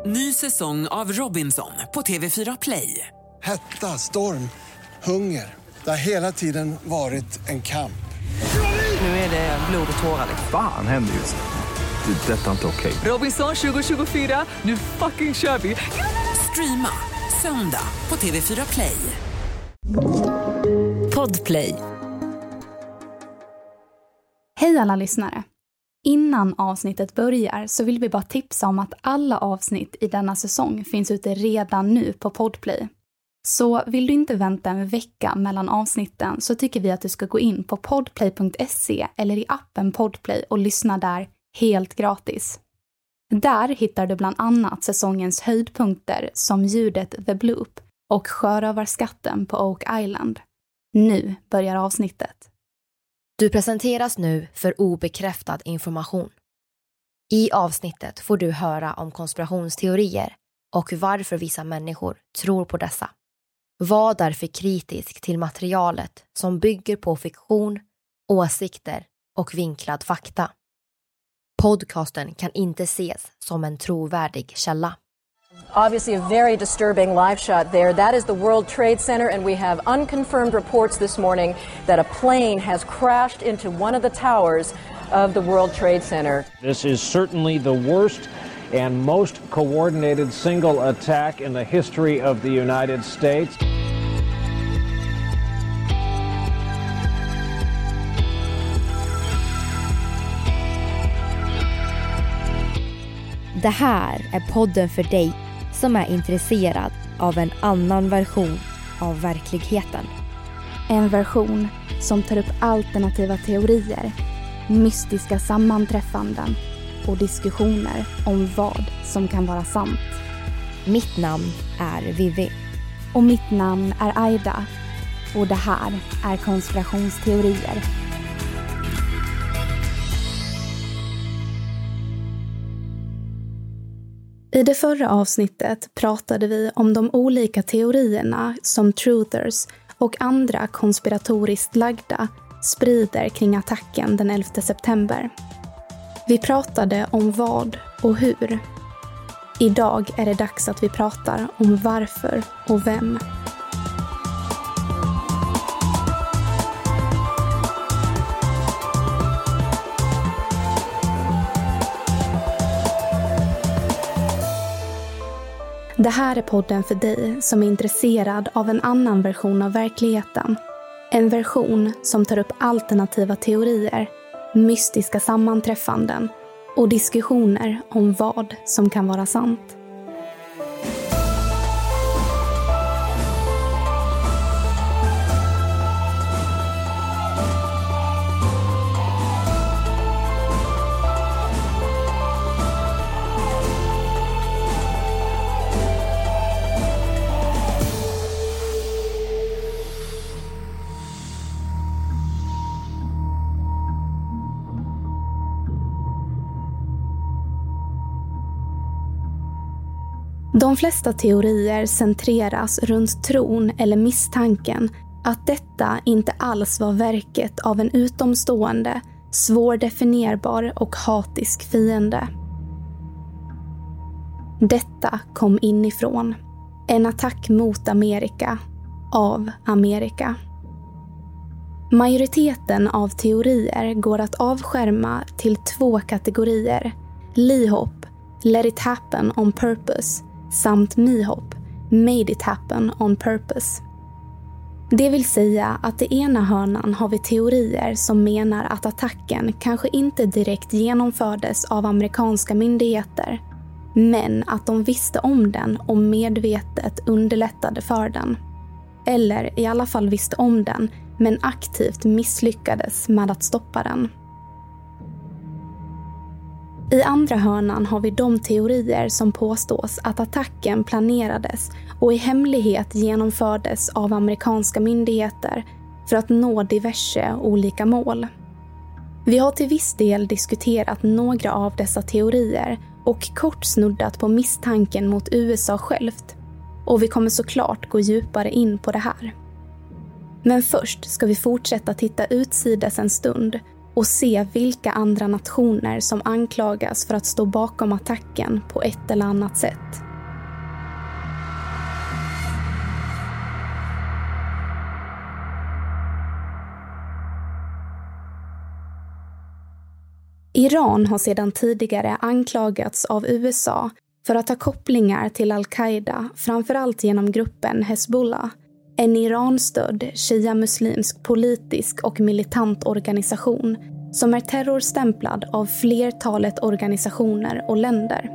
Ny säsong av Robinson på TV4 Play. Hetta, storm, hunger. Det har hela tiden varit en kamp. Nu är det blod och tårar. Fan händer just nu. Det. Detta är inte okej. Robinson 2024, nu fucking kör vi. Streama söndag på TV4 Play. Podplay. Hej alla lyssnare! Innan avsnittet börjar så vill vi bara tipsa om att alla avsnitt i denna säsong finns ute redan nu på Podplay. Så vill du inte vänta en vecka mellan avsnitten så tycker vi att du ska gå in på podplay.se eller i appen Podplay och lyssna där helt gratis. Där hittar du bland annat säsongens höjdpunkter som ljudet The Bloop och sjörövarskatten på Oak Island. Nu börjar avsnittet. Du presenteras nu för obekräftad information. I avsnittet får du höra om konspirationsteorier och varför vissa människor tror på dessa. Var därför kritisk till materialet som bygger på fiktion, åsikter och vinklad fakta. Podcasten kan inte ses som en trovärdig källa. Obviously a very disturbing live shot there. That is the World Trade Center, and we have unconfirmed reports this morning that a plane has crashed into one of the towers of the World Trade Center. This is certainly the worst and most coordinated single attack in the history of the United States. Det här är podden för dig som är intresserad av en annan version av verkligheten. En version som tar upp alternativa teorier, mystiska sammanträffanden och diskussioner om vad som kan vara sant. Mitt namn är Vivi. Och mitt namn är Aida. Och det här är konspirationsteorier. I det förra avsnittet pratade vi om de olika teorierna som truthers och andra konspiratoriskt lagda sprider kring attacken den 11 september. Vi pratade om vad och hur. Idag är det dags att vi pratar om varför och vem. Det här är podden för dig som är intresserad av en annan version av verkligheten. En version som tar upp alternativa teorier, mystiska sammanträffanden och diskussioner om vad som kan vara sant. De flesta teorier centreras runt tron eller misstanken att detta inte alls var verket av en utomstående, svårdefinierbar och hatisk fiende. Detta kom inifrån. En attack mot Amerika, av Amerika. Majoriteten av teorier går att avskärma till 2 kategorier: LIHOP, Let it happen on purpose, samt MIHOP, Made it happen on purpose. Det vill säga att i ena hörnan har vi teorier som menar att attacken kanske inte direkt genomfördes av amerikanska myndigheter, men att de visste om den och medvetet underlättade för den. Eller i alla fall visste om den, men aktivt misslyckades med att stoppa den. I andra hörnan har vi de teorier som påstås att attacken planerades och i hemlighet genomfördes av amerikanska myndigheter för att nå diverse olika mål. Vi har till viss del diskuterat några av dessa teorier och kort snuddat på misstanken mot USA självt, och vi kommer såklart gå djupare in på det här. Men först ska vi fortsätta titta utsides en stund och se vilka andra nationer som anklagas för att stå bakom attacken på ett eller annat sätt. Iran har sedan tidigare anklagats av USA för att ha kopplingar till al-Qaida, framförallt genom gruppen Hezbollah, en Iran-stödd shia-muslimsk politisk och militant organisation som är terrorstämplad av flertalet organisationer och länder.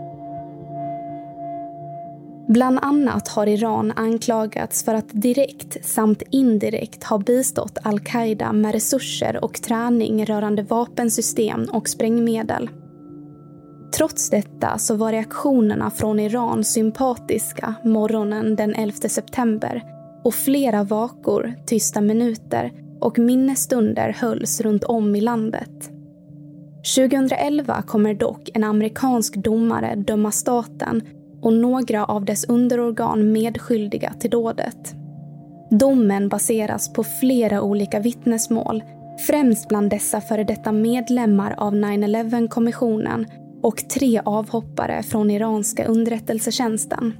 Bland annat har Iran anklagats för att direkt samt indirekt ha bistått al-Qaida med resurser och träning rörande vapensystem och sprängmedel. Trots detta så var reaktionerna från Iran sympatiska morgonen den 11 september och flera vakor, tysta minuter och minnesstunder hölls runt om i landet. 2011 kommer dock en amerikansk domare döma staten och några av dess underorgan medskyldiga till dådet. Domen baseras på flera olika vittnesmål, främst bland dessa före detta medlemmar av 9/11-kommissionen och 3 avhoppare från iranska underrättelsetjänsten.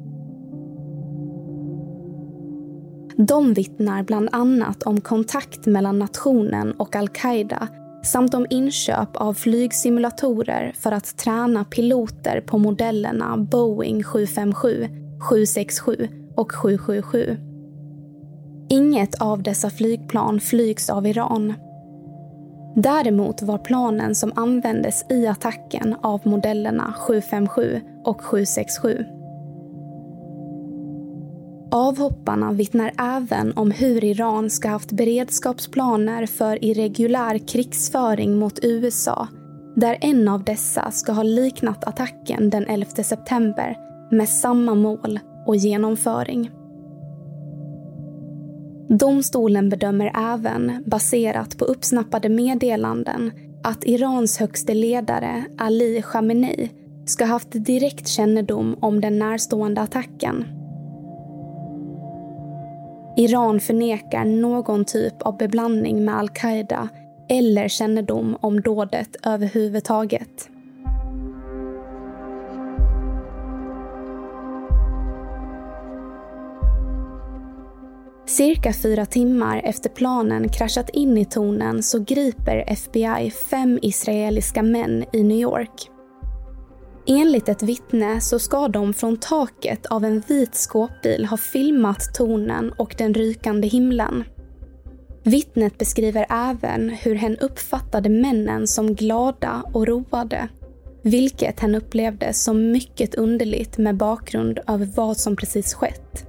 De vittnar bland annat om kontakt mellan nationen och al-Qaida samt om inköp av flygsimulatorer för att träna piloter på modellerna Boeing 757, 767 och 777. Inget av dessa flygplan flygs av Iran. Däremot var planen som användes i attacken av modellerna 757 och 767. Avhopparna vittnar även om hur Iran ska haft beredskapsplaner för irreguljär krigsföring mot USA, där en av dessa ska ha liknat attacken den 11 september med samma mål och genomföring. Domstolen bedömer även, baserat på uppsnappade meddelanden, att Irans högste ledare Ali Khamenei ska ha haft direkt kännedom om den närstående attacken. Iran förnekar någon typ av beblandning med al-Qaida eller kännedom om dådet överhuvudtaget. Cirka 4 timmar efter planen kraschat in i tornen så griper FBI 5 israeliska män i New York. Enligt ett vittne så ska de från taket av en vit skåpbil ha filmat tornen och den rykande himlen. Vittnet beskriver även hur hen uppfattade männen som glada och roade, vilket hen upplevde som mycket underligt med bakgrund av vad som precis skett.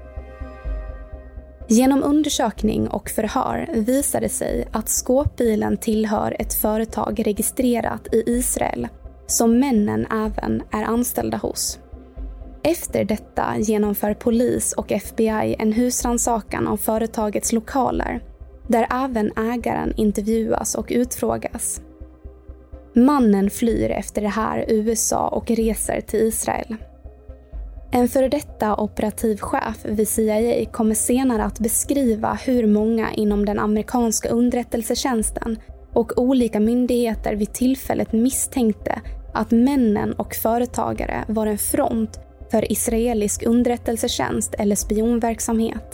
Genom undersökning och förhör visade sig att skåpbilen tillhör ett företag registrerat i Israel som männen även är anställda hos. Efter detta genomför polis och FBI en husrannsakan av företagets lokaler, där även ägaren intervjuas och utfrågas. Mannen flyr efter det här USA och reser till Israel. En före detta operativ chef vid CIA kommer senare att beskriva hur många inom den amerikanska underrättelsetjänsten och olika myndigheter vid tillfället misstänkte att männen och företagare var en front för israelisk underrättelsetjänst eller spionverksamhet.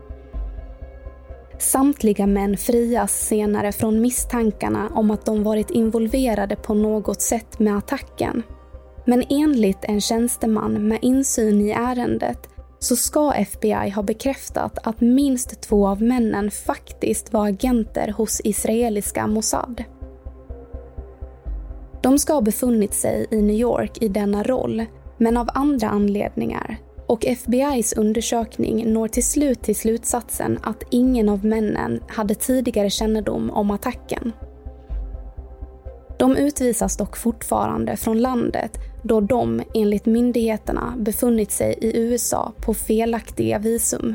Samtliga män frias senare från misstankarna om att de varit involverade på något sätt med attacken. Men enligt en tjänsteman med insyn i ärendet så ska FBI ha bekräftat att minst 2 av männen faktiskt var agenter hos israeliska Mossad. De ska ha befunnit sig i New York i denna roll, men av andra anledningar, och FBI:s undersökning når till slut till slutsatsen att ingen av männen hade tidigare kännedom om attacken. De utvisas dock fortfarande från landet då de, enligt myndigheterna, befunnit sig i USA på felaktiga visum.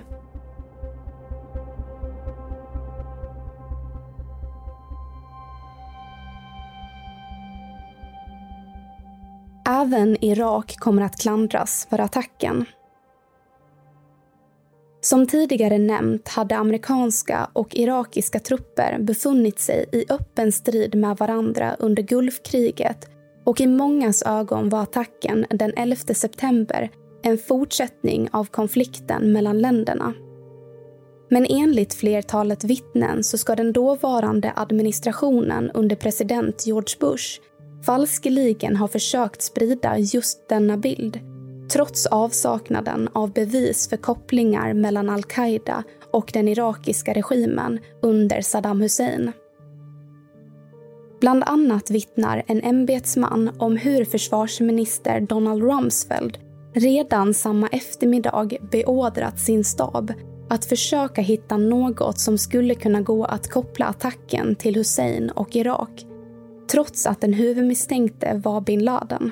Även Irak kommer att klandras för attacken. Som tidigare nämnt hade amerikanska och irakiska trupper befunnit sig i öppen strid med varandra under Gulfkriget och i mångas ögon var attacken den 11 september en fortsättning av konflikten mellan länderna. Men enligt flertalet vittnen så ska den dåvarande administrationen under president George Bush falskeligen ha försökt sprida just denna bild, trots avsaknaden av bevis för kopplingar mellan al-Qaida och den irakiska regimen under Saddam Hussein. Bland annat vittnar en ämbetsman om hur försvarsminister Donald Rumsfeld redan samma eftermiddag beordrat sin stab att försöka hitta något som skulle kunna gå att koppla attacken till Hussein och Irak, trots att den huvudmisstänkte var bin Laden.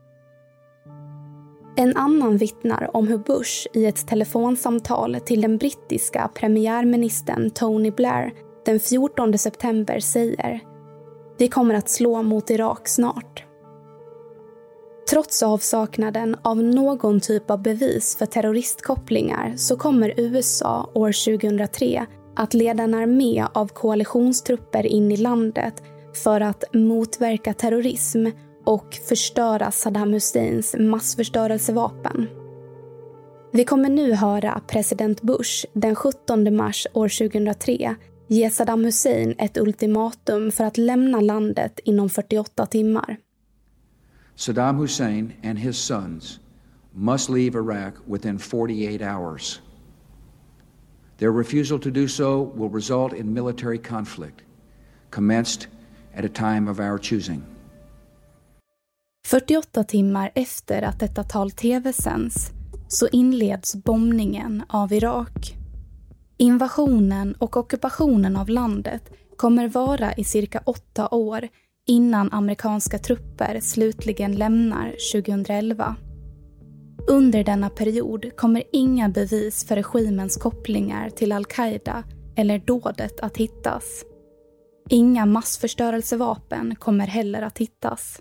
En annan vittnar om hur Bush i ett telefonsamtal till den brittiska premiärministern Tony Blair den 14 september säger: "Vi kommer att slå mot Irak snart." Trots avsaknaden av någon typ av bevis för terroristkopplingar så kommer USA år 2003 att leda en armé av koalitionstrupper in i landet för att motverka terrorism och förstöra Saddam Husseins massförstörelsevapen. Vi kommer nu höra president Bush den 17 mars år 2003 ge Saddam Hussein ett ultimatum för att lämna landet inom 48 timmar. Saddam Hussein and his sons must leave Iraq within 48 hours. Their refusal to do so will result in military conflict, commenced at a time of our choosing. 48 timmar efter att detta tal tv-sänds så inleds bombningen av Irak. Invasionen och ockupationen av landet kommer vara i cirka 8 år innan amerikanska trupper slutligen lämnar 2011. Under denna period kommer inga bevis för regimens kopplingar till al-Qaida eller dådet att hittas. Inga massförstörelsevapen kommer heller att hittas.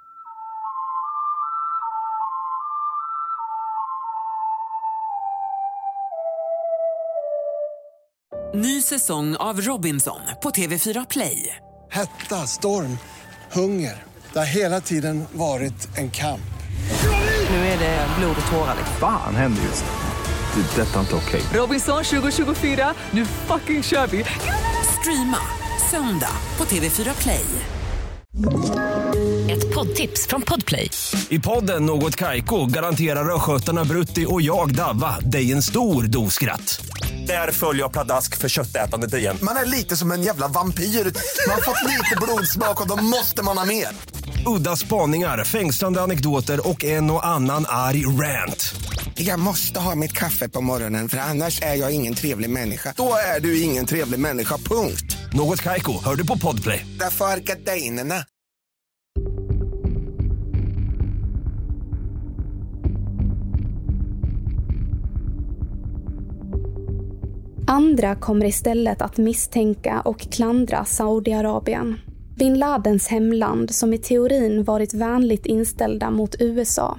Ny säsong av Robinson på TV4 Play. Hetta, storm, hunger. Det har hela tiden varit en kamp. Nu är det blod och tårar. Fan händer just nu. Det. Detta är inte okej. Robinson 2024, nu fucking kör vi. Streama söndag på TV4 Play. Ett poddtips från Podplay. I podden Något Kaiko garanterar röskötarna Brutti och jag Davva dig en stor doskratt. Där följer jag pladask för köttätandet igen. Man är lite som en jävla vampyr. Man har fått lite blodsmak och då måste man ha mer. Udda spaningar, fängslande anekdoter och en och annan arg rant. Jag måste ha mitt kaffe på morgonen för annars är jag ingen trevlig människa. Då är du ingen trevlig människa, punkt. Något Kaiko, hör du på Podplay. Därför är gardinerna. Andra kommer istället att misstänka och klandra Saudiarabien. Bin Ladens hemland som i teorin varit vänligt inställda mot USA.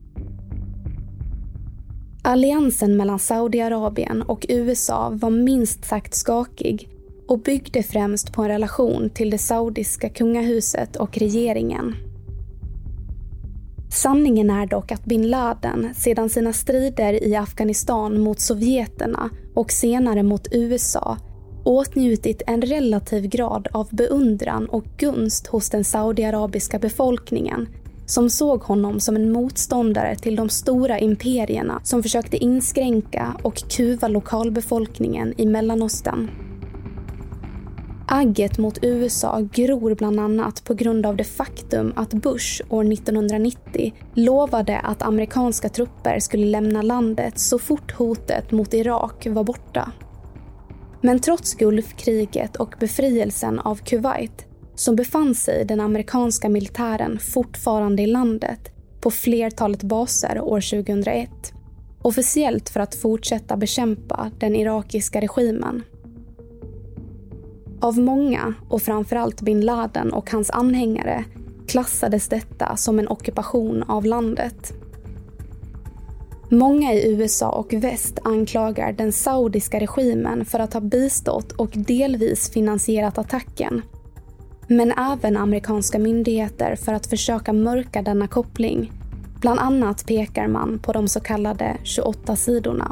Alliansen mellan Saudiarabien och USA var minst sagt skakig och byggde främst på en relation till det saudiska kungahuset och regeringen. Sanningen är dock att bin Laden sedan sina strider i Afghanistan mot sovjeterna och senare mot USA åtnjutit en relativ grad av beundran och gunst hos den saudiarabiska befolkningen som såg honom som en motståndare till de stora imperierna som försökte inskränka och kuva lokalbefolkningen i Mellanöstern. Agget mot USA gror bland annat på grund av det faktum att Bush år 1990 lovade att amerikanska trupper skulle lämna landet så fort hotet mot Irak var borta. Men trots Gulfkriget och befrielsen av Kuwait så befann sig den amerikanska militären fortfarande i landet på flertalet baser år 2001, officiellt för att fortsätta bekämpa den irakiska regimen. Av många, och framförallt bin Laden och hans anhängare, klassades detta som en ockupation av landet. Många i USA och väst anklagar den saudiska regimen för att ha bistått och delvis finansierat attacken. Men även amerikanska myndigheter för att försöka mörka denna koppling. Bland annat pekar man på de så kallade 28 sidorna.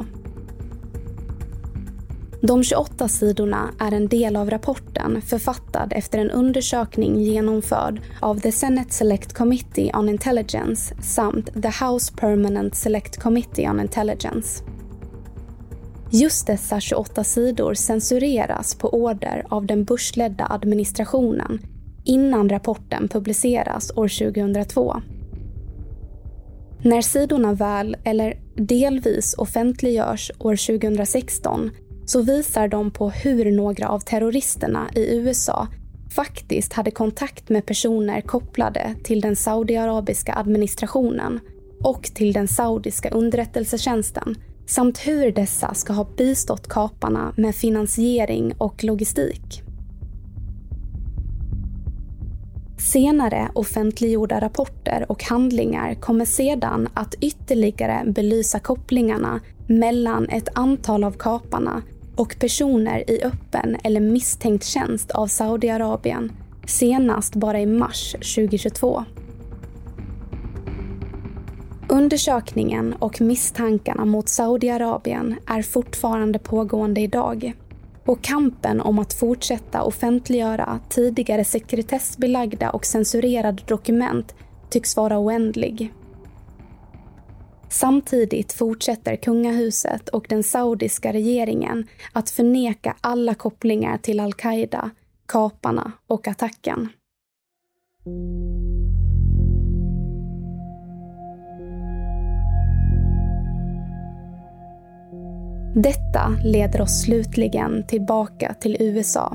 De 28 sidorna är en del av rapporten författad efter en undersökning genomförd av The Senate Select Committee on Intelligence samt The House Permanent Select Committee on Intelligence. Just dessa 28 sidor censureras på order av den Bush-ledda administrationen innan rapporten publiceras år 2002. När sidorna väl eller delvis offentliggörs år 2016 så visar de på hur några av terroristerna i USA faktiskt hade kontakt med personer kopplade till den saudiarabiska administrationen och till den saudiska underrättelsetjänsten samt hur dessa ska ha bistått kaparna med finansiering och logistik. Senare offentliggjorda rapporter och handlingar kommer sedan att ytterligare belysa kopplingarna mellan ett antal av kaparna och personer i öppen eller misstänkt tjänst av Saudiarabien, senast bara i mars 2022. Undersökningen och misstankarna mot Saudiarabien är fortfarande pågående idag. Och kampen om att fortsätta offentliggöra tidigare sekretessbelagda och censurerade dokument tycks vara oändlig. Samtidigt fortsätter kungahuset och den saudiska regeringen att förneka alla kopplingar till Al-Qaida, kaparna och attacken. Detta leder oss slutligen tillbaka till USA.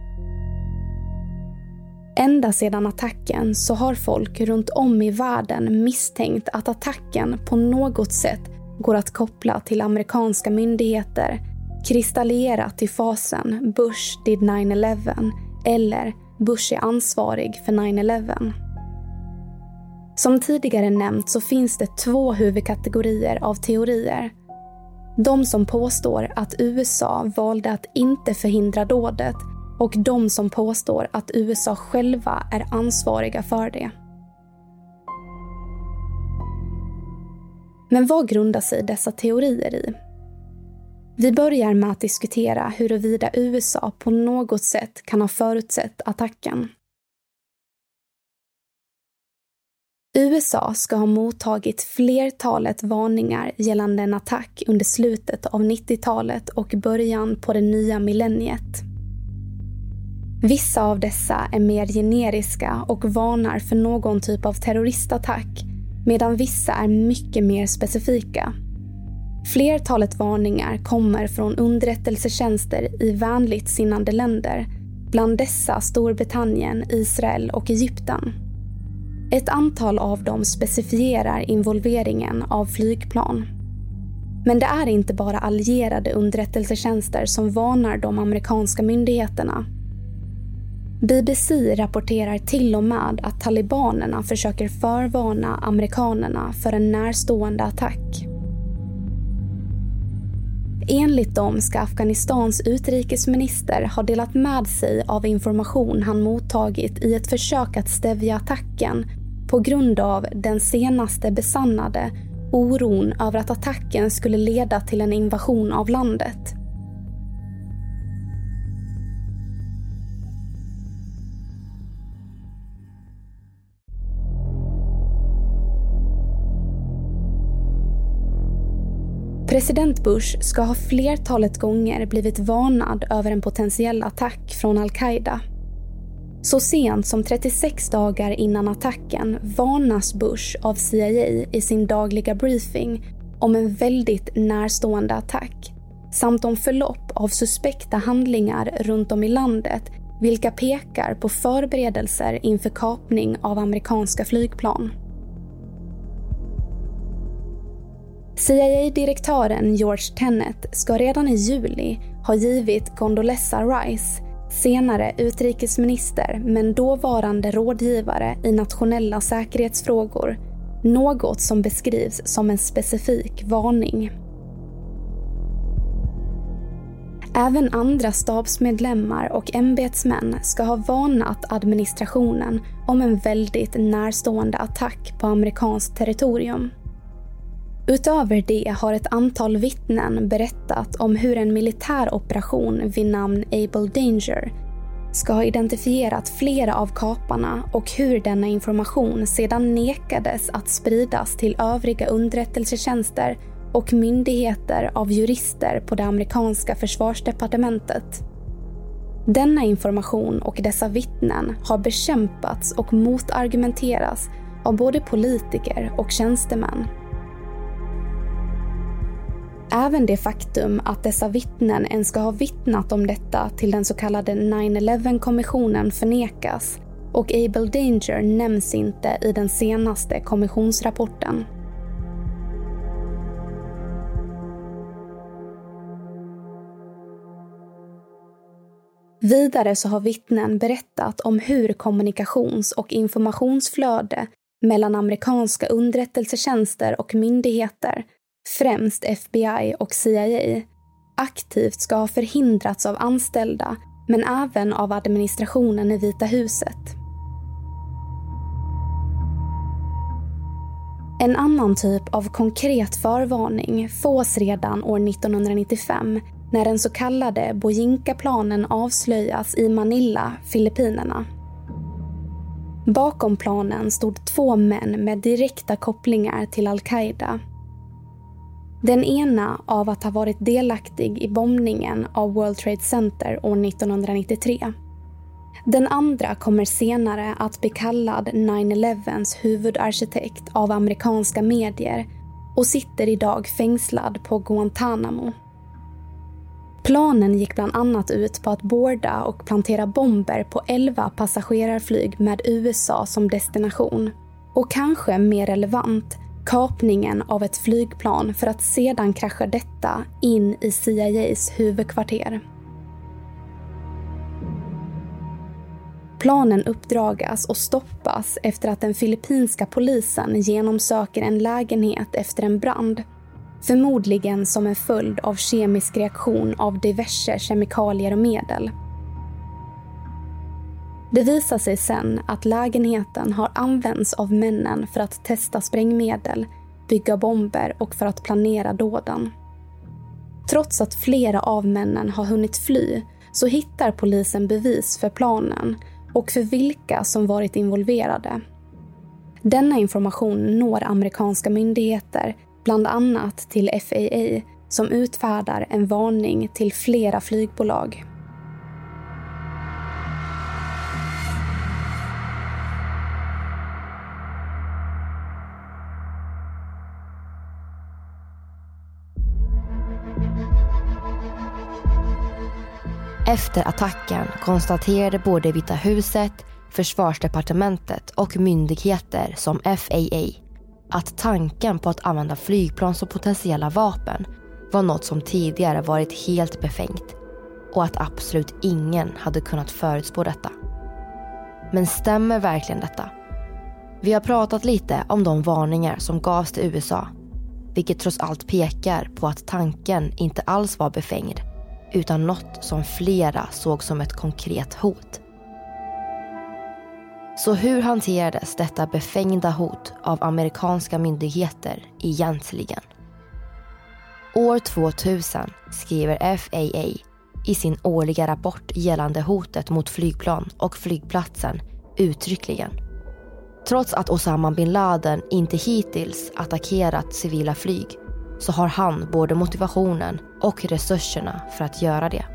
Ända sedan attacken så har folk runt om i världen misstänkt att attacken på något sätt går att koppla till amerikanska myndigheter, kristalliserat till fasen Bush did 9/11 eller Bush är ansvarig för 9/11. Som tidigare nämnt så finns det 2 huvudkategorier av teorier. De som påstår att USA valde att inte förhindra dådet och de som påstår att USA själva är ansvariga för det. Men vad grundar sig dessa teorier i? Vi börjar med att diskutera huruvida USA på något sätt kan ha förutsett attacken. USA ska ha mottagit flertalet varningar gällande en attack under slutet av 90-talet och början på det nya millenniet. Vissa av dessa är mer generiska och varnar för någon typ av terroristattack, medan vissa är mycket mer specifika. Flertalet varningar kommer från underrättelsetjänster i vänligt sinnande länder, bland dessa Storbritannien, Israel och Egypten. Ett antal av dem specifierar involveringen av flygplan. Men det är inte bara allierade underrättelsetjänster som varnar de amerikanska myndigheterna. BBC rapporterar till och med att talibanerna försöker förvarna amerikanerna för en närstående attack. Enligt dem ska Afghanistans utrikesminister ha delat med sig av information han mottagit i ett försök att stävja attacken på grund av den senaste besannade oron över att attacken skulle leda till en invasion av landet. President Bush ska ha flertalet gånger blivit varnad över en potentiell attack från Al-Qaida. Så sent som 36 dagar innan attacken varnas Bush av CIA i sin dagliga briefing om en väldigt närstående attack samt om förlopp av suspekta handlingar runt om i landet vilka pekar på förberedelser inför kapning av amerikanska flygplan. CIA-direktören George Tenet ska redan i juli ha givit Condoleezza Rice, senare utrikesminister men dåvarande rådgivare i nationella säkerhetsfrågor, något som beskrivs som en specifik varning. Även andra stabsmedlemmar och ämbetsmän ska ha varnat administrationen om en väldigt närstående attack på amerikanskt territorium. Utöver det har ett antal vittnen berättat om hur en militär operation vid namn Able Danger ska ha identifierat flera av kaparna och hur denna information sedan nekades att spridas till övriga underrättelsetjänster och myndigheter av jurister på det amerikanska försvarsdepartementet. Denna information och dessa vittnen har bekämpats och motargumenterats av både politiker och tjänstemän. Även det faktum att dessa vittnen ens ska ha vittnat om detta till den så kallade 9/11-kommissionen förnekas, och Able Danger nämns inte i den senaste kommissionsrapporten. Vidare så har vittnen berättat om hur kommunikations- och informationsflöde mellan amerikanska underrättelsetjänster och myndigheter, främst FBI och CIA, aktivt ska ha förhindrats av anställda men även av administrationen i Vita huset. En annan typ av konkret förvarning fås redan år 1995 när den så kallade Bojinka-planen avslöjas i Manila, Filippinerna. Bakom planen stod 2 män med direkta kopplingar till Al-Qaida. Den ena av att ha varit delaktig i bombningen av World Trade Center år 1993. Den andra kommer senare att bli kallad 9/11s huvudarkitekt av amerikanska medier och sitter idag fängslad på Guantanamo. Planen gick bland annat ut på att borda och plantera bomber på 11 passagerarflyg med USA som destination. Och kanske mer relevant, kapningen av ett flygplan för att sedan krascha detta in i CIAs huvudkvarter. Planen uppdragas och stoppas efter att den filippinska polisen genomsöker en lägenhet efter en brand. Förmodligen som en följd av kemisk reaktion av diverse kemikalier och medel. Det visar sig sen att lägenheten har använts av männen för att testa sprängmedel, bygga bomber och för att planera dåden. Trots att flera av männen har hunnit fly så hittar polisen bevis för planen och för vilka som varit involverade. Denna information når amerikanska myndigheter, bland annat till FAA, som utfärdar en varning till flera flygbolag. Efter attacken konstaterade både Vita huset, försvarsdepartementet och myndigheter som FAA att tanken på att använda flygplan som potentiella vapen var något som tidigare varit helt befängt och att absolut ingen hade kunnat förutspå detta. Men stämmer verkligen detta? Vi har pratat lite om de varningar som gavs till USA, vilket trots allt pekar på att tanken inte alls var befängd utan något som flera såg som ett konkret hot. Så hur hanterades detta befängda hot av amerikanska myndigheter egentligen? År 2000 skriver FAA i sin årliga rapport gällande hotet mot flygplan och flygplatsen uttryckligen. Trots att Osama bin Laden inte hittills attackerat civila flyg så har han både motivationen och resurserna för att göra det.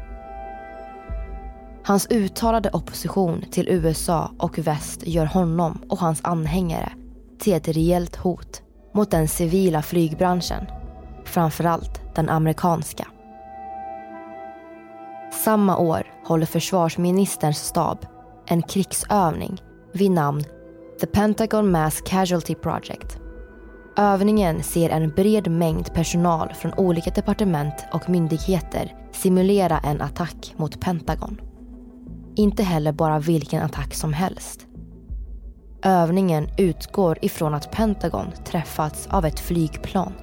Hans uttalade opposition till USA och väst gör honom och hans anhängare till ett reellt hot mot den civila flygbranschen, framförallt den amerikanska. Samma år håller försvarsministerns stab en krigsövning vid namn The Pentagon Mass Casualty Project. Övningen ser en bred mängd personal från olika departement och myndigheter simulera en attack mot Pentagon. Inte heller bara vilken attack som helst. Övningen utgår ifrån att Pentagon träffats av ett flygplan.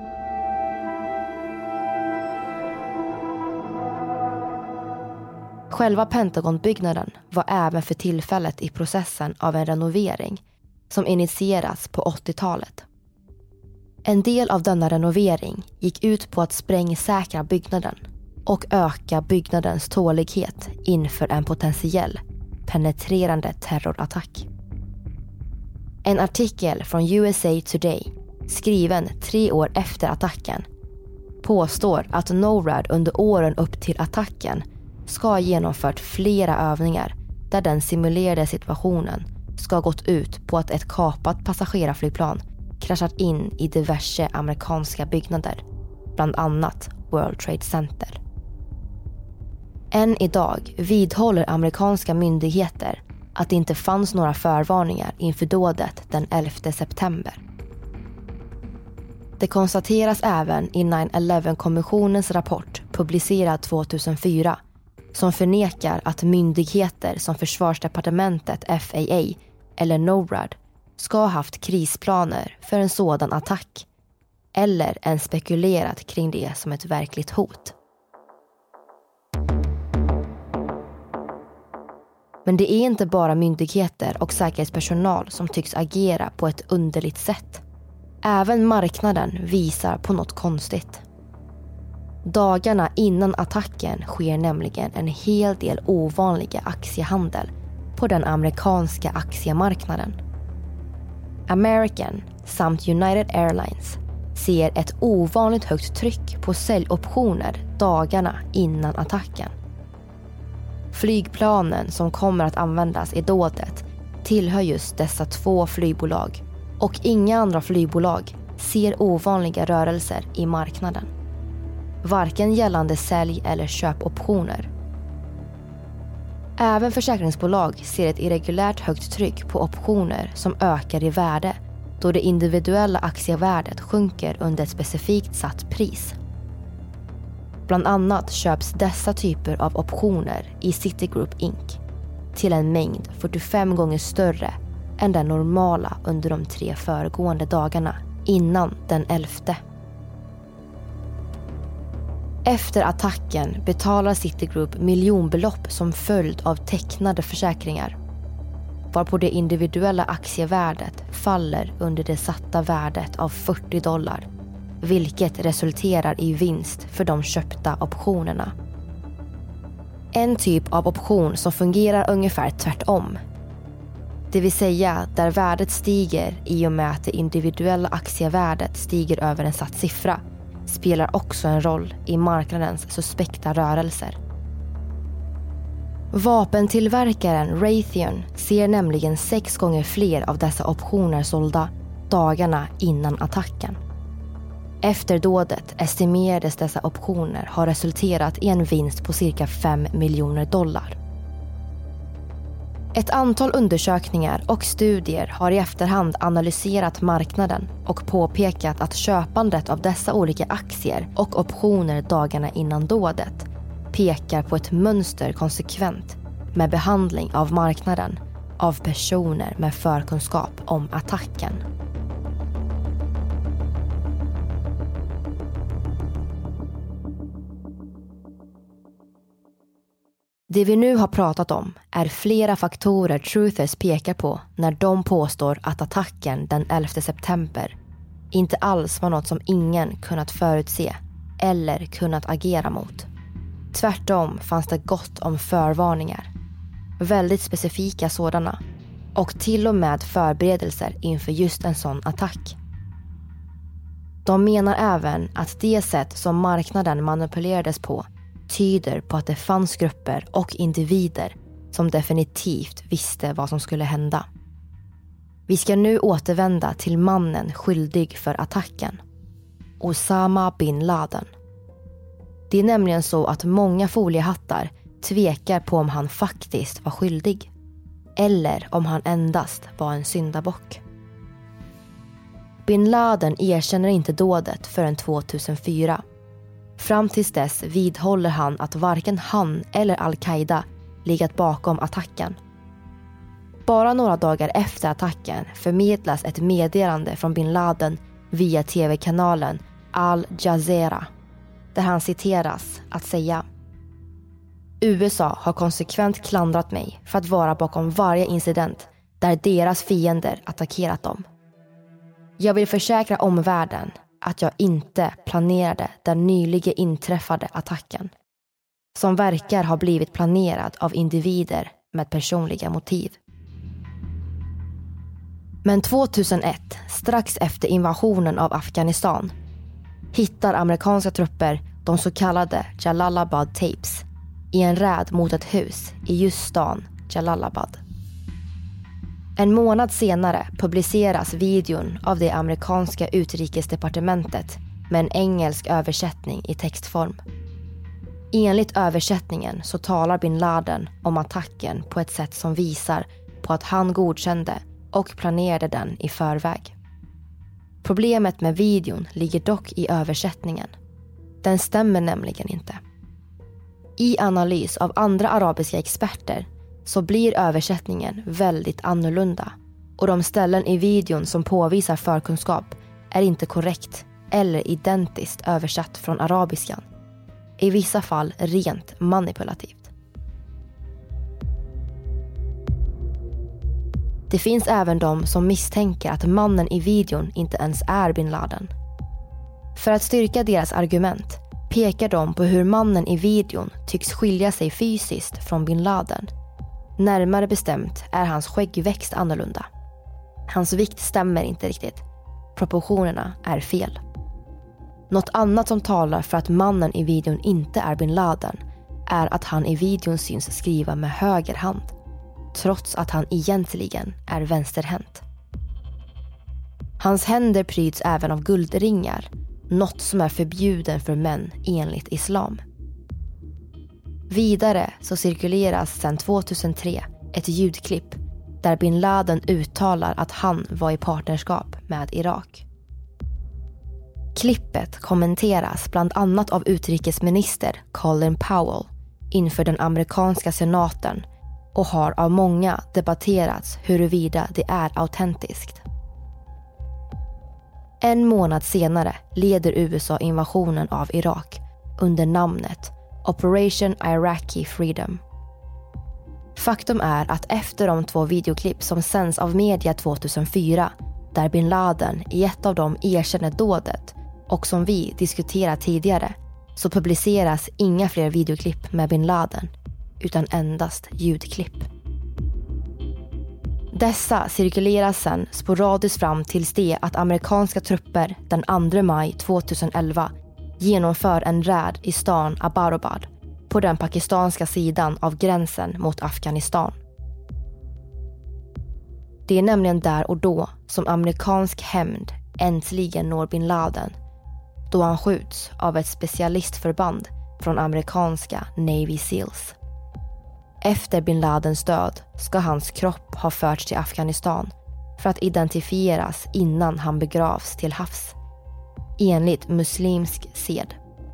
Själva Pentagonbyggnaden var även för tillfället i processen av en renovering som initierats på 80-talet. En del av denna renovering gick ut på att sprängsäkra byggnaden och öka byggnadens tålighet inför en potentiell penetrerande terrorattack. En artikel från USA Today, skriven 3 år efter attacken, påstår att NORAD under åren upp till attacken ska ha genomfört flera övningar där den simulerade situationen ska ha gått ut på att ett kapat passagerarflygplan kraschat in i diverse amerikanska byggnader, bland annat World Trade Center. Än idag vidhåller amerikanska myndigheter att det inte fanns några förvarningar inför dådet den 11 september. Det konstateras även i 9/11-kommissionens rapport publicerad 2004 som förnekar att myndigheter som Försvarsdepartementet FAA eller NORAD ska ha haft krisplaner för en sådan attack eller ens spekulerat kring det som ett verkligt hot. Men det är inte bara myndigheter och säkerhetspersonal som tycks agera på ett underligt sätt. Även marknaden visar på något konstigt. Dagarna innan attacken sker nämligen en hel del ovanliga aktiehandel på den amerikanska aktiemarknaden. American samt United Airlines ser ett ovanligt högt tryck på säljoptioner dagarna innan attacken. Flygplanen som kommer att användas i dådet tillhör just dessa 2 flygbolag och inga andra flygbolag ser ovanliga rörelser i marknaden. Varken gällande sälj- eller köpoptioner. Även försäkringsbolag ser ett irregulärt högt tryck på optioner som ökar i värde då det individuella aktievärdet sjunker under ett specifikt satt pris. Bland annat köps dessa typer av optioner i Citigroup Inc. till en mängd 45 gånger större än den normala under de 3 föregående dagarna innan den 11. Efter attacken betalar Citigroup miljonbelopp som följd av tecknade försäkringar, varpå det individuella aktievärdet faller under det satta värdet av $40, vilket resulterar i vinst för de köpta optionerna. En typ av option som fungerar ungefär tvärtom. Det vill säga där värdet stiger i och med att det individuella aktievärdet stiger över en satt siffra, spelar också en roll i marknadens suspekta rörelser. Vapentillverkaren Raytheon ser nämligen 6 gånger fler av dessa optioner sålda dagarna innan attacken. Efter dådet estimerades dessa optioner ha resulterat i en vinst på cirka $5 miljoner. Ett antal undersökningar och studier har i efterhand analyserat marknaden och påpekat att köpandet av dessa olika aktier och optioner dagarna innan dådet pekar på ett mönster konsekvent med behandling av marknaden av personer med förkunskap om attacken. Det vi nu har pratat om är flera faktorer Truthers pekar på när de påstår att attacken den 11 september inte alls var något som ingen kunnat förutse eller kunnat agera mot. Tvärtom fanns det gott om förvarningar, väldigt specifika sådana, och till och med förberedelser inför just en sån attack. De menar även att det sätt som marknaden manipulerades på tyder på att det fanns grupper och individer som definitivt visste vad som skulle hända. Vi ska nu återvända till mannen skyldig för attacken, Osama bin Laden. Det är nämligen så att många foliehattar tvekar på om han faktiskt var skyldig eller om han endast var en syndabock. Bin Laden erkänner inte dådet förrän 2004. Fram tills dess vidhåller han att varken han eller Al-Qaida legat bakom attacken. Bara några dagar efter attacken förmedlas ett meddelande från bin Laden via tv-kanalen Al Jazeera, där han citeras att säga: USA har konsekvent klandrat mig för att vara bakom varje incident där deras fiender attackerat dem. Jag vill försäkra omvärlden att jag inte planerade den nyligen inträffade attacken, som verkar ha blivit planerad av individer med personliga motiv. Men 2001, strax efter invasionen av Afghanistan, hittar amerikanska trupper de så kallade Jalalabad tapes i en räd mot ett hus i just stan Jalalabad. En månad senare publiceras videon av det amerikanska utrikesdepartementet med en engelsk översättning i textform. Enligt översättningen så talar bin Laden om attacken på ett sätt som visar på att han godkände och planerade den i förväg. Problemet med videon ligger dock i översättningen. Den stämmer nämligen inte. I analys av andra arabiska experter så blir översättningen väldigt annorlunda, och de ställen i videon som påvisar förkunskap är inte korrekt eller identiskt översatt från arabiskan. I vissa fall rent manipulativt. Det finns även de som misstänker att mannen i videon inte ens är bin Laden. För att styrka deras argument pekar de på hur mannen i videon tycks skilja sig fysiskt från bin Laden. Närmare bestämt är hans skäggväxt annorlunda. Hans vikt stämmer inte riktigt. Proportionerna är fel. Något annat som talar för att mannen i videon inte är bin Laden är att han i videon syns skriva med höger hand, trots att han egentligen är vänsterhänt. Hans händer pryds även av guldringar, något som är förbjuden för män enligt islam. Vidare så cirkuleras sedan 2003 ett ljudklipp där bin Laden uttalar att han var i partnerskap med Irak. Klippet kommenteras bland annat av utrikesminister Colin Powell inför den amerikanska senaten och har av många debatterats huruvida det är autentiskt. En månad senare leder USA invasionen av Irak under namnet Operation Iraqi Freedom. Faktum är att efter de 2 videoklipp som sänds av media 2004, där bin Laden i ett av dem erkänner dådet och som vi diskuterat tidigare, så publiceras inga fler videoklipp med bin Laden utan endast ljudklipp. Dessa cirkuleras sedan sporadiskt fram tills det att amerikanska trupper den 2 maj 2011 genomför en räd i stan Abbottabad på den pakistanska sidan av gränsen mot Afghanistan. Det är nämligen där och då som amerikansk hämnd äntligen når bin Laden, då han skjuts av ett specialistförband från amerikanska Navy Seals. Efter bin Ladens död ska hans kropp ha förts till Afghanistan för att identifieras innan han begravs till havs, enligt muslimsk sed.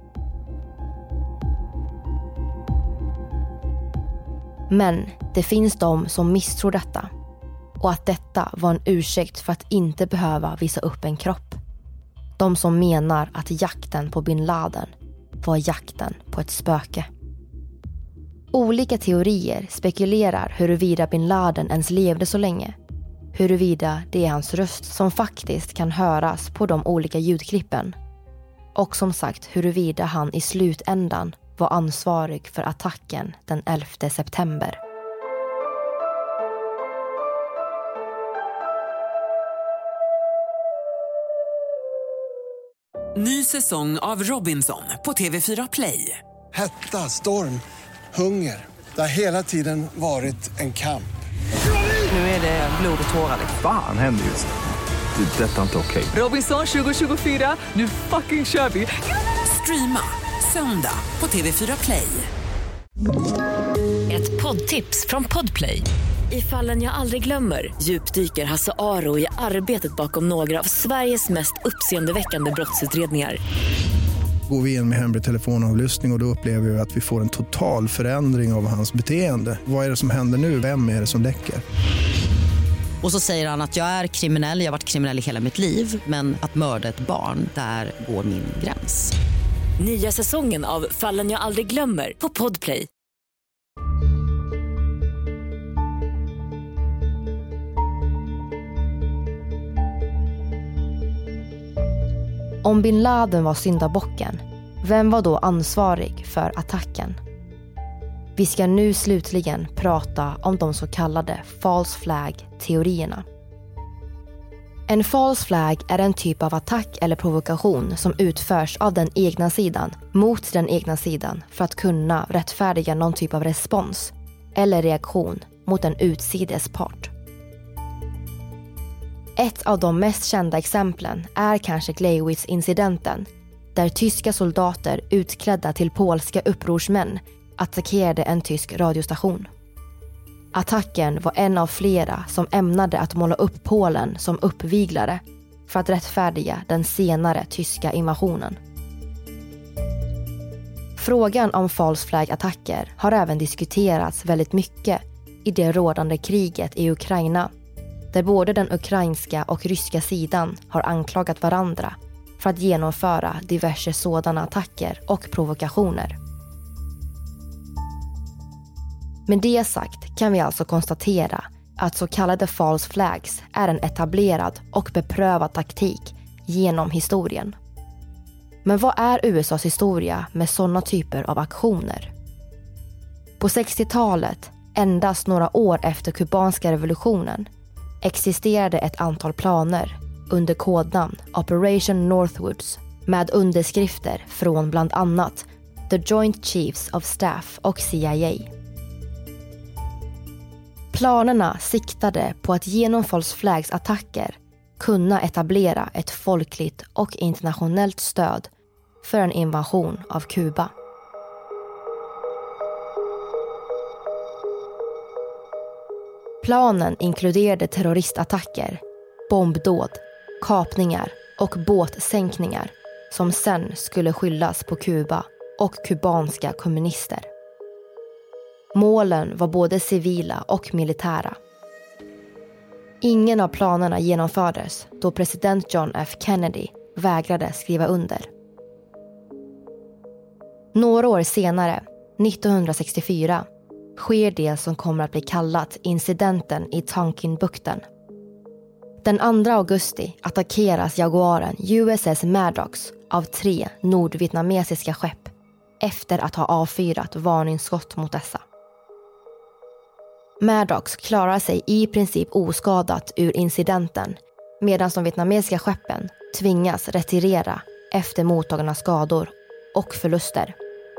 Men det finns de som misstror detta, och att detta var en ursäkt för att inte behöva visa upp en kropp. De som menar att jakten på bin Laden var jakten på ett spöke. Olika teorier spekulerar huruvida bin Laden ens levde så länge. Huruvida det är hans röst som faktiskt kan höras på de olika ljudklippen. Och som sagt huruvida han i slutändan var ansvarig för attacken den 11 september. Ny säsong av Robinson på TV4 Play. Hetta, storm, hunger. Det har hela tiden varit en kamp. Nu är det blod och tårar. Fan händer just det. Det är detta inte okej. Robinson 2024, nu fucking kör vi. Streama söndag på TV4 Play. Ett poddtips från Podplay. I Fallen jag aldrig glömmer djupdyker Hasse Aro i arbetet bakom några av Sveriges mest uppseendeväckande brottsutredningar. Går vi in med hemlig telefonavlyssning och då upplever vi att vi får en total förändring av hans beteende. Vad är det som händer nu? Vem är det som läcker? Och så säger han att jag är kriminell, jag har varit kriminell i hela mitt liv. Men att mörda ett barn, där går min gräns. Nya säsongen av Fallen jag aldrig glömmer på Podplay. Om bin Laden var syndabocken, vem var då ansvarig för attacken? Vi ska nu slutligen prata om de så kallade false flag-teorierna. En false flag är en typ av attack eller provokation som utförs av den egna sidan mot den egna sidan för att kunna rättfärdiga någon typ av respons eller reaktion mot en utsides part. Ett av de mest kända exemplen är kanske Gleiwitz-incidenten, där tyska soldater utklädda till polska upprorsmän attackerade en tysk radiostation. Attacken var en av flera som ämnade att måla upp Polen som uppviglare för att rättfärdiga den senare tyska invasionen. Frågan om false flag-attacker har även diskuterats väldigt mycket i det rådande kriget i Ukraina, där både den ukrainska och ryska sidan har anklagat varandra för att genomföra diverse sådana attacker och provokationer. Med det sagt kan vi alltså konstatera att så kallade false flags är en etablerad och beprövad taktik genom historien. Men vad är USAs historia med sådana typer av aktioner? På 60-talet, endast några år efter kubanska revolutionen, existerade ett antal planer under kodnamn Operation Northwoods med underskrifter från bland annat The Joint Chiefs of Staff och CIA. Planerna siktade på att genom false flags attacker kunna etablera ett folkligt och internationellt stöd för en invasion av Kuba. Planen inkluderade terroristattacker, bombdåd, kapningar och båtsänkningar som sen skulle skyllas på Kuba och kubanska kommunister. Målen var både civila och militära. Ingen av planerna genomfördes då president John F. Kennedy vägrade skriva under. Några år senare, 1964, sker det som kommer att bli kallat incidenten i Tonkinbukten. Den 2 augusti attackeras Jaguaren USS Maddox av 3 nordvietnamesiska skepp efter att ha avfyrat varningsskott mot dessa. Maddox klarar sig i princip oskadat ur incidenten, medan de vietnamesiska skeppen tvingas retirera efter mottagna skador och förluster.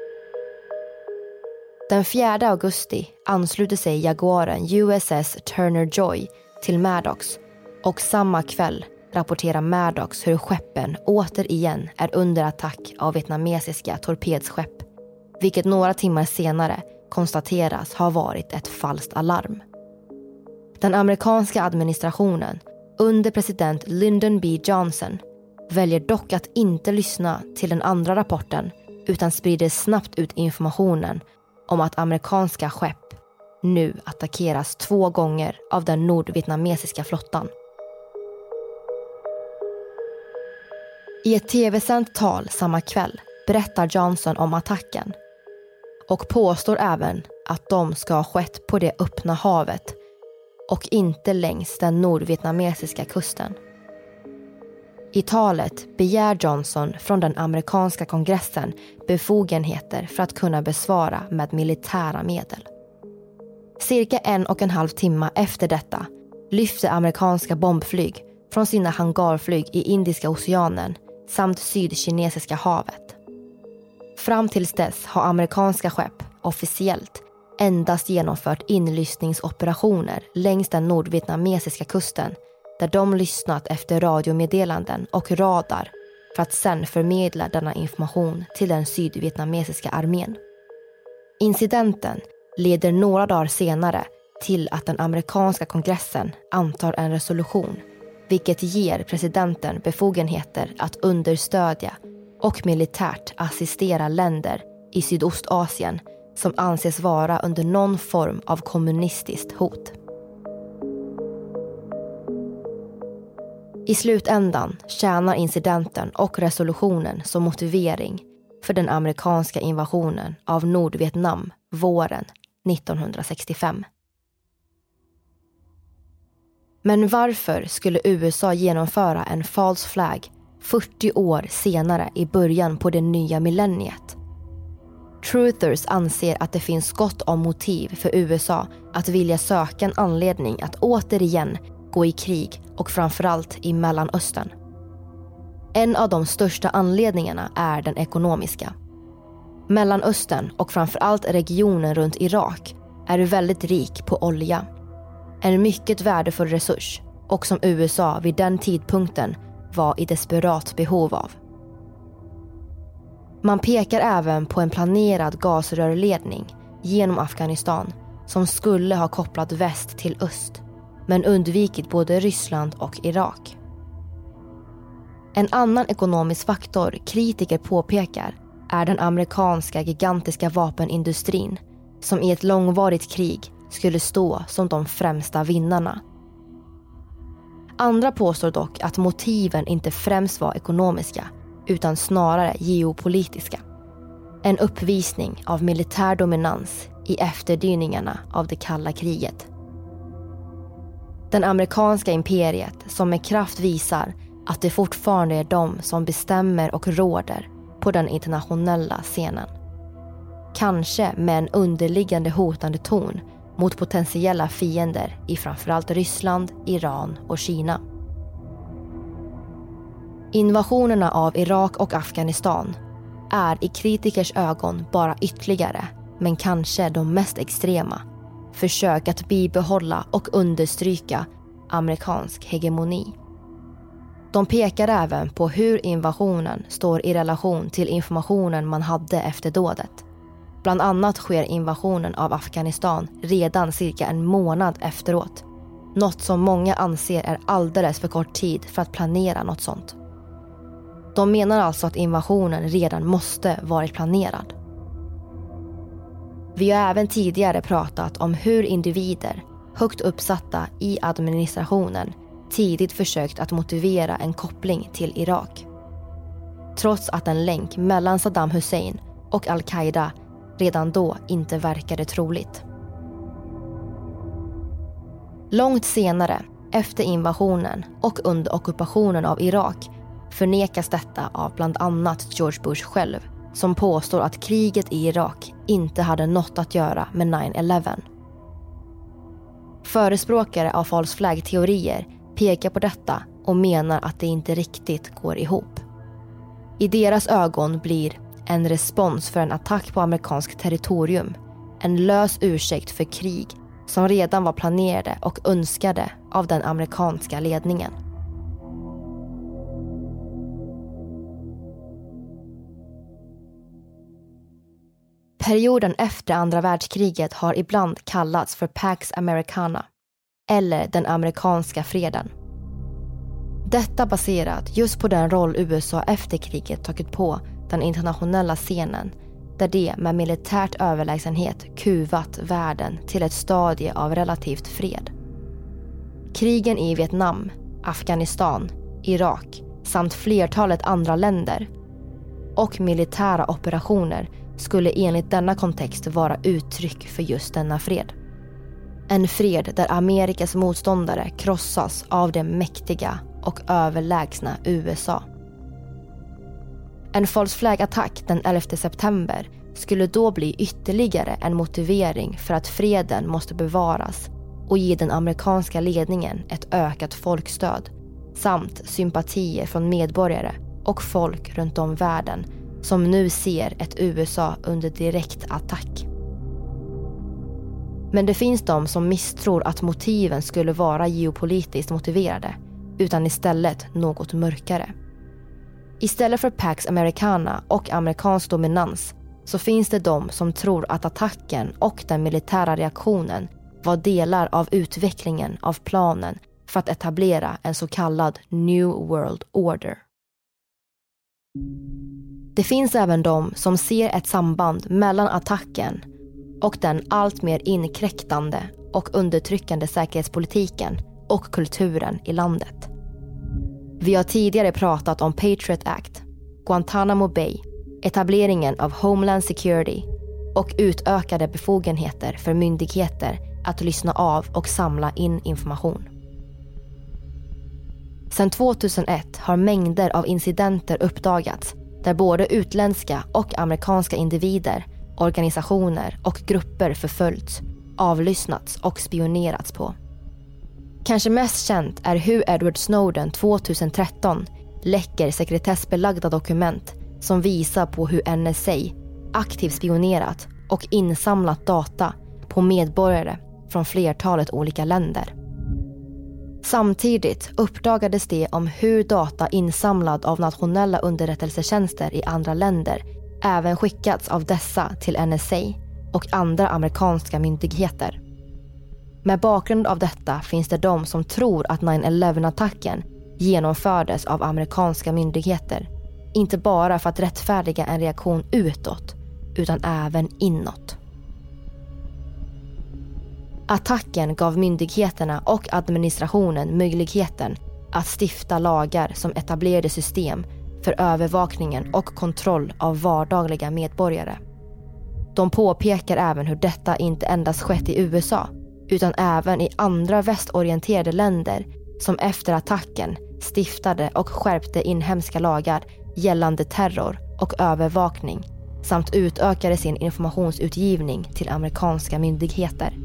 Den 4 augusti ansluter sig Jaguaren USS Turner Joy till Maddox, och samma kväll rapporterar Maddox hur skeppen återigen är under attack av vietnamesiska torpedskepp, vilket några timmar senare konstateras ha varit ett falskt alarm. Den amerikanska administrationen under president Lyndon B. Johnson väljer dock att inte lyssna till den andra rapporten utan sprider snabbt ut informationen om att amerikanska skepp nu attackeras 2 gånger av den nordvietnamesiska flottan. I ett tv-sänt tal samma kväll berättar Johnson om attacken och påstår även att de ska ha skett på det öppna havet och inte längs den nordvietnamesiska kusten. I talet begär Johnson från den amerikanska kongressen befogenheter för att kunna besvara med militära medel. Cirka 1,5 timme efter detta lyfter amerikanska bombflyg från sina hangarflyg i Indiska oceanen samt Sydkinesiska havet. Fram tills dess har amerikanska skepp officiellt endast genomfört inlyssningsoperationer längs den nordvietnamesiska kusten, där de lyssnat efter radiomeddelanden och radar för att sen förmedla denna information till den sydvietnamesiska armén. Incidenten leder några dagar senare till att den amerikanska kongressen antar en resolution, vilket ger presidenten befogenheter att understödja och militärt assistera länder i Sydostasien som anses vara under någon form av kommunistiskt hot. I slutändan tjänar incidenten och resolutionen som motivering för den amerikanska invasionen av Nordvietnam våren 1965. Men varför skulle USA genomföra en false flag 40 år senare i början på det nya millenniet? Truthers anser att det finns gott om motiv för USA att vilja söka en anledning att återigen gå i krig och framförallt i Mellanöstern. En av de största anledningarna är den ekonomiska. Mellanöstern och framförallt regionen runt Irak är väldigt rik på olja. En mycket värdefull resurs och som USA vid den tidpunkten var i desperat behov av. Man pekar även på en planerad gasrörledning genom Afghanistan som skulle ha kopplat väst till öst, men undvikit både Ryssland och Irak. En annan ekonomisk faktor kritiker påpekar är den amerikanska gigantiska vapenindustrin som i ett långvarigt krig skulle stå som de främsta vinnarna. Andra påstår dock att motiven inte främst var ekonomiska utan snarare geopolitiska. En uppvisning av militär dominans i efterdyningarna av det kalla kriget. Den amerikanska imperiet som med kraft visar att det fortfarande är de som bestämmer och råder på den internationella scenen. Kanske med en underliggande hotande ton mot potentiella fiender i framförallt Ryssland, Iran och Kina. Invasionerna av Irak och Afghanistan är i kritikers ögon bara ytterligare, men kanske de mest extrema, försök att bibehålla och understryka amerikansk hegemoni. De pekar även på hur invasionen står i relation till informationen man hade efter dådet. Bland annat sker invasionen av Afghanistan redan cirka en månad efteråt. Något som många anser är alldeles för kort tid för att planera något sånt. De menar alltså att invasionen redan måste varit planerad. Vi har även tidigare pratat om hur individer, högt uppsatta i administrationen, tidigt försökt att motivera en koppling till Irak. Trots att en länk mellan Saddam Hussein och Al-Qaida redan då inte verkade troligt. Långt senare, efter invasionen och under ockupationen av Irak, förnekas detta av bland annat George Bush själv, som påstår att kriget i Irak inte hade något att göra med 9/11. Förespråkare av false flag-teorier pekar på detta och menar att det inte riktigt går ihop. I deras ögon blir en respons för en attack på amerikanskt territorium en lös ursäkt för krig som redan var planerade och önskade av den amerikanska ledningen. Perioden efter andra världskriget har ibland kallats för Pax Americana, eller den amerikanska freden. Detta baserat just på den roll USA efter kriget tagit på den internationella scenen, där det med militärt överlägsenhet kuvat världen till ett stadie av relativt fred. Krigen i Vietnam, Afghanistan, Irak samt flertalet andra länder och militära operationer skulle enligt denna kontext vara uttryck för just denna fred. En fred där Amerikas motståndare krossas av det mäktiga och överlägsna USA. En false flag-attack den 11 september skulle då bli ytterligare en motivering för att freden måste bevaras och ge den amerikanska ledningen ett ökat folkstöd samt sympatier från medborgare och folk runt om världen som nu ser ett USA under direkt attack. Men det finns de som misstror att motiven skulle vara geopolitiskt motiverade, utan istället något mörkare. Istället för Pax Americana och amerikansk dominans så finns det de som tror att attacken och den militära reaktionen var delar av utvecklingen av planen för att etablera en så kallad New World Order. Det finns även de som ser ett samband mellan attacken och den allt mer inkräktande och undertryckande säkerhetspolitiken och kulturen i landet. Vi har tidigare pratat om Patriot Act, Guantanamo Bay, etableringen av Homeland Security och utökade befogenheter för myndigheter att lyssna av och samla in information. Sedan 2001 har mängder av incidenter uppdagats där både utländska och amerikanska individer, organisationer och grupper förföljts, avlyssnats och spionerats på. Kanske mest känt är hur Edward Snowden 2013 läcker sekretessbelagda dokument som visar på hur NSA aktivt spionerat och insamlat data på medborgare från flertalet olika länder. Samtidigt uppdagades det om hur data insamlad av nationella underrättelsetjänster i andra länder även skickats av dessa till NSA och andra amerikanska myndigheter. Med bakgrund av detta finns det de som tror att 9/11-attacken genomfördes av amerikanska myndigheter, inte bara för att rättfärdiga en reaktion utåt, utan även inåt. Attacken gav myndigheterna och administrationen möjligheten att stifta lagar som etablerade system för övervakningen och kontroll av vardagliga medborgare. De påpekar även hur detta inte endast skett i USA, utan även i andra västorienterade länder som efter attacken stiftade och skärpte inhemska lagar gällande terror och övervakning samt utökade sin informationsutgivning till amerikanska myndigheter.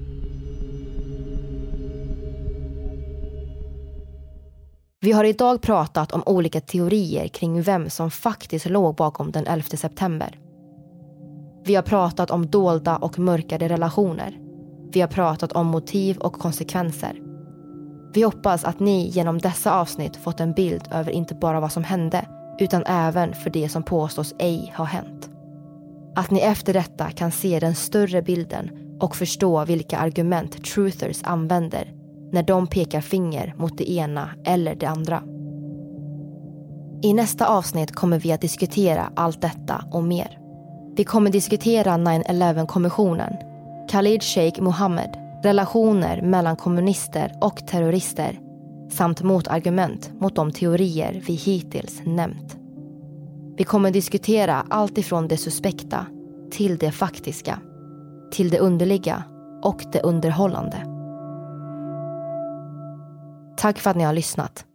Vi har idag pratat om olika teorier kring vem som faktiskt låg bakom den 11 september. Vi har pratat om dolda och mörkade relationer. Vi har pratat om motiv och konsekvenser. Vi hoppas att ni genom dessa avsnitt fått en bild över inte bara vad som hände, utan även för det som påstås ej ha hänt. Att ni efter detta kan se den större bilden och förstå vilka argument truthers använder när de pekar finger mot det ena eller det andra. I nästa avsnitt kommer vi att diskutera allt detta och mer. Vi kommer diskutera 9/11-kommissionen, Khalid Sheikh Mohammed, relationer mellan kommunister och terrorister samt motargument mot de teorier vi hittills nämnt. Vi kommer diskutera allt ifrån det suspekta till det faktiska, till det underliga och det underhållande. Tack för att ni har lyssnat.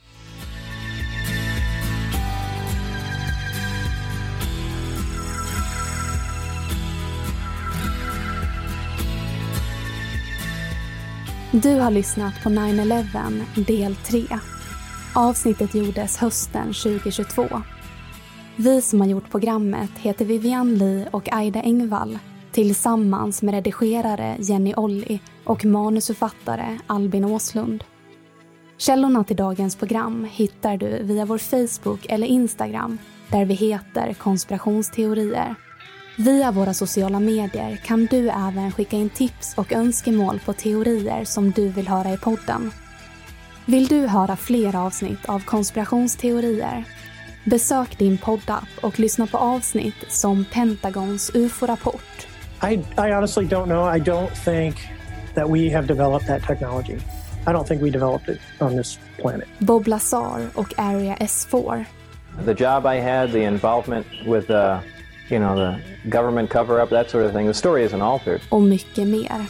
Du har lyssnat på 9/11 del 3. Avsnittet gjordes hösten 2022. Vi som har gjort programmet heter Vivian Lee och Aida Engvall tillsammans med redigerare Jenny Olli och manusförfattare Albin Åslund. Källorna till dagens program hittar du via vår Facebook eller Instagram där vi heter Konspirationsteorier. Via våra sociala medier kan du även skicka in tips och önskemål på teorier som du vill höra i podden. Vill du höra fler avsnitt av Konspirationsteorier? Besök din poddapp och lyssna på avsnitt som Pentagons UFO-rapport. I honestly don't know. I don't think that we have developed that technology. I don't think we developed it on this planet. Bob Lazar och Area S4. The job I had, the involvement with the government cover-up, that sort of thing. The story isn't altered. Och mycket mer.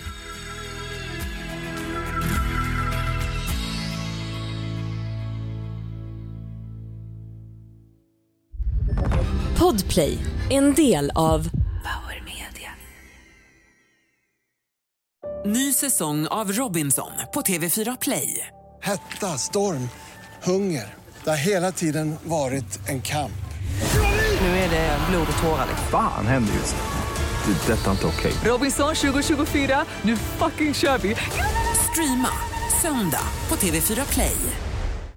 Podplay, en del av Power Media. Ny säsong av Robinson på TV4 Play. Hetta, storm, hunger. Det har hela tiden varit en kamp. Nu är det blod och tårar. Fan händer just det. Det är detta inte okej. Robinson 2024, nu fucking kör vi. Streama söndag på TV4 Play.